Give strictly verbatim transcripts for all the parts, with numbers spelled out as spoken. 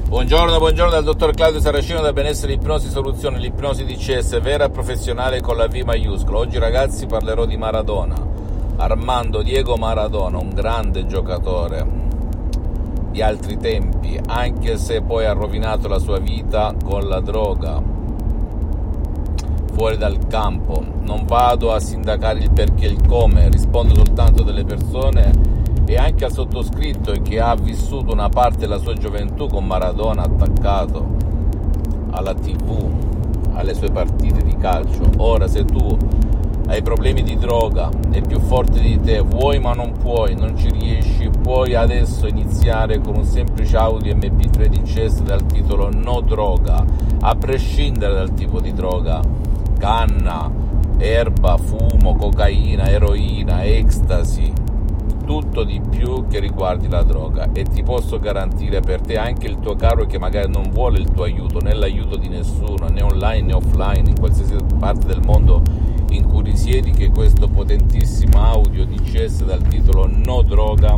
Buongiorno, buongiorno dal dottor Claudio Saracino da Benessere Ipnosi Soluzione, l'ipnosi D C S vera e professionale con la V maiuscola. Oggi ragazzi parlerò di Maradona, Armando Diego Maradona, un grande giocatore di altri tempi, anche se poi ha rovinato la sua vita con la droga, fuori dal campo. Non vado a sindacare il perché e il come, rispondo soltanto delle persone e anche al sottoscritto che ha vissuto una parte della sua gioventù con Maradona attaccato alla tivù, alle sue partite di calcio. Ora, se tu hai problemi di droga, è più forte di te, vuoi ma non puoi, non ci riesci, puoi adesso iniziare con un semplice audio M P tre D C S dal titolo No Droga, a prescindere dal tipo di droga: canna, erba, fumo, cocaina, eroina, ecstasy, tutto di più che riguardi la droga. E ti posso garantire per te, anche il tuo caro che magari non vuole il tuo aiuto, né l'aiuto di nessuno, né online né offline, in qualsiasi parte del mondo in cui risiedi, che questo potentissimo audio D C S dal titolo No Droga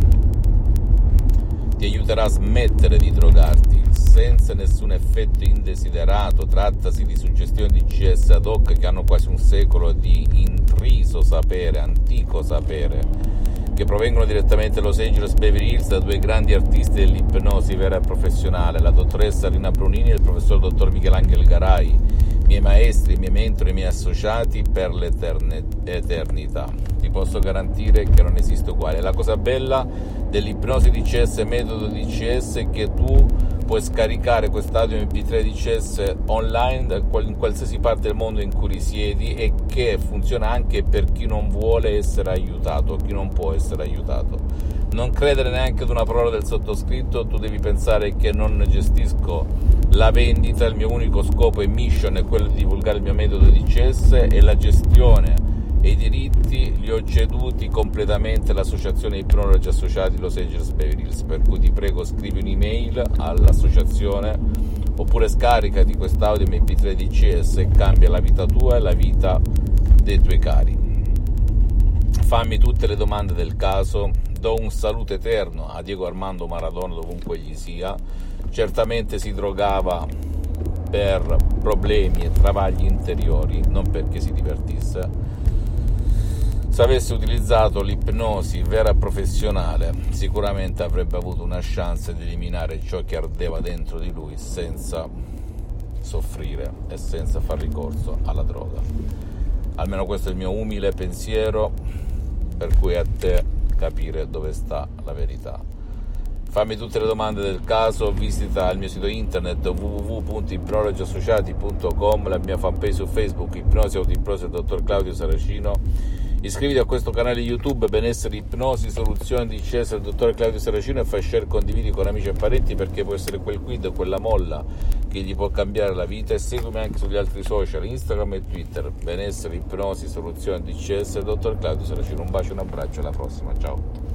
ti aiuterà a smettere di drogarti senza nessun effetto indesiderato. Trattasi di suggestioni D C S ad hoc che hanno quasi un secolo di intriso sapere, antico sapere, che provengono direttamente da Los Angeles Beverly Hills da due grandi artisti dell'ipnosi vera e professionale, la dottoressa Rina Brunini e il professor dottor Michelangelo Garai, miei maestri, miei mentori e miei associati per l'eternità. Ti posso garantire che non esiste uguale. La cosa bella dell'ipnosi D C S, metodo D C S, è che tu puoi scaricare quest'audio M P tre D C S online in qualsiasi parte del mondo in cui risiedi, e che funziona anche per chi non vuole essere aiutato, chi non può essere aiutato. Non credere neanche ad una parola del sottoscritto, tu devi pensare che non gestisco la vendita, il mio unico scopo e mission è quello di divulgare il mio metodo D C S, e la gestione e i diritti li ho ceduti completamente all'associazione Ipnologi Associati Los Angeles Beverly Hills, per cui ti prego scrivi un'email all'associazione oppure scaricati quest'audio M P tre D C S e cambia la vita tua e la vita dei tuoi cari. Fammi tutte le domande del caso, do un saluto eterno a Diego Armando Maradona dovunque gli sia. Certamente si drogava per problemi e travagli interiori, non perché si divertisse. Se avesse utilizzato l'ipnosi vera e professionale, sicuramente avrebbe avuto una chance di eliminare ciò che ardeva dentro di lui senza soffrire e senza far ricorso alla droga. Almeno questo è il mio umile pensiero, per cui è a te capire dove sta la verità. Fammi tutte le domande del caso, visita il mio sito internet w w w punto ipnologi associati punto com, la mia fanpage su Facebook Ipnosi Autoipnosi del dottor Claudio Saracino. Iscriviti a questo canale YouTube Benessere Ipnosi Soluzione D C S del dottor Claudio Saracino e fai share, condividi con amici e parenti, perché può essere quel quid, quella molla che gli può cambiare la vita. E seguimi anche sugli altri social, Instagram e Twitter, Benessere Ipnosi Soluzione D C S del dottor Claudio Saracino. Un bacio, un abbraccio, alla prossima, ciao.